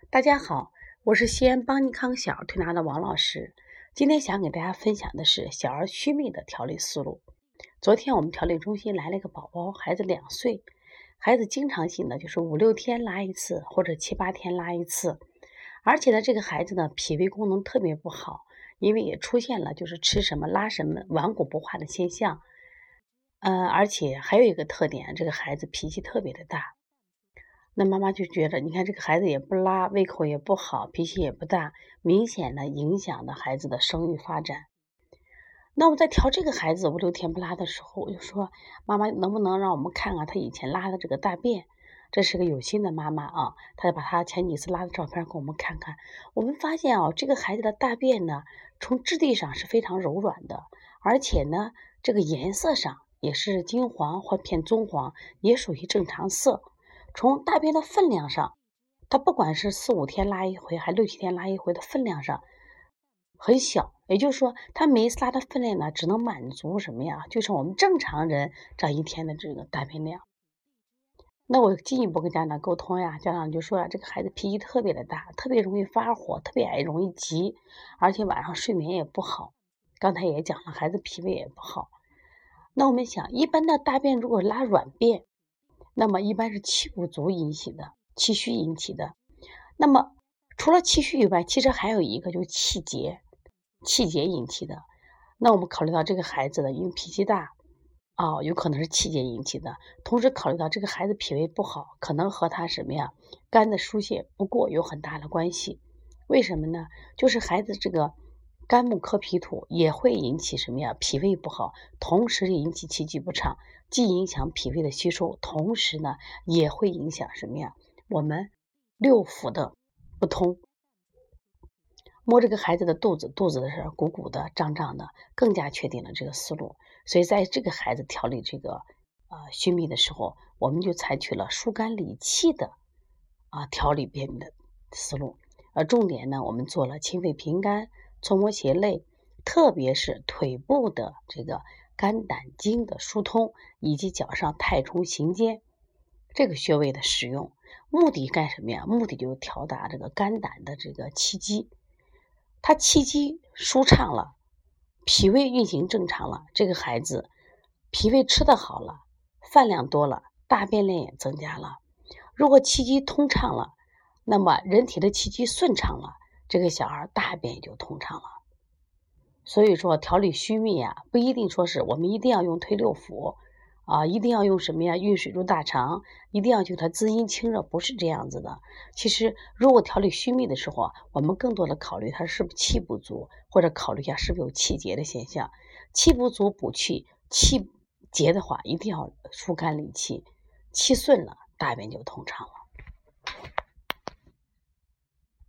大家好，我是西安邦尼康小儿推拿的王老师。今天想给大家分享的是小儿虚秘的调理思路。昨天我们调理中心来了一个宝宝，孩子2岁，孩子经常性的就是5、6天拉一次，或者7、8天拉一次。而且呢，这个孩子呢，脾胃功能特别不好，因为也出现了就是吃什么拉什么、顽固不化的现象。而且还有一个特点，这个孩子脾气特别的大。那妈妈就觉得，你看这个孩子也不拉，胃口也不好，脾气也不大，明显的影响了孩子的生育发展。那我在调这个孩子5、6天不拉的时候，我就说妈妈能不能让我们看看他以前拉的这个大便？这是个有心的妈妈啊，她就把他前几次拉的照片给我们看看。我们发现这个孩子的大便呢，从质地上是非常柔软的，而且呢，这个颜色上也是金黄或偏棕黄，也属于正常色。从大便的分量上，它不管是4、5天拉一回，还6、7天拉一回的分量上很小，也就是说，它每一次拉的分量呢，只能满足什么呀？就是我们正常人这样一天的这个大便量。那我进一步跟家长沟通呀，家长就说这个孩子脾气特别的大，特别容易发火，特别容易急，而且晚上睡眠也不好。刚才也讲了，孩子脾胃也不好。那我们想，一般的大便如果拉软便，那么一般是气不足引起的，气虚引起的。那么除了气虚以外，其实还有一个就是气结，气结引起的。那我们考虑到这个孩子的，因为脾气大，有可能是气结引起的。同时考虑到这个孩子脾胃不好，可能和他什么呀，肝的疏泄不过有很大的关系。为什么呢？就是孩子这个肝木克脾土也会引起什么呀？脾胃不好，同时引起气机不畅，既影响脾胃的吸收，同时呢也会影响什么呀？我们六腑的不通。摸这个孩子的肚子，肚子的是鼓鼓的、胀胀的，更加确定了这个思路。所以在这个孩子调理这个虚秘的时候，我们就采取了疏肝理气的调理便秘的思路。重点呢，我们做了清肺平肝、搓摩胁肋，特别是腿部的这个肝胆经的疏通，以及脚上太冲行间这个穴位的使用。目的干什么呀？目的就是调达这个肝胆的这个气机。他气机舒畅了，脾胃运行正常了，这个孩子脾胃吃得好了，饭量多了，大便量也增加了。如果气机通畅了，那么人体的气机顺畅了，这个小孩大便也就通畅了。所以说调理虚秘不一定说是我们一定要用推六腑一定要用什么呀？运水入大肠，一定要就它滋阴清热，不是这样子的。其实如果调理虚秘的时候我们更多的考虑它是不是气不足，或者考虑一下是不是有气结的现象。气不足补气，气结的话一定要疏肝理气，气顺了，大便就通畅了。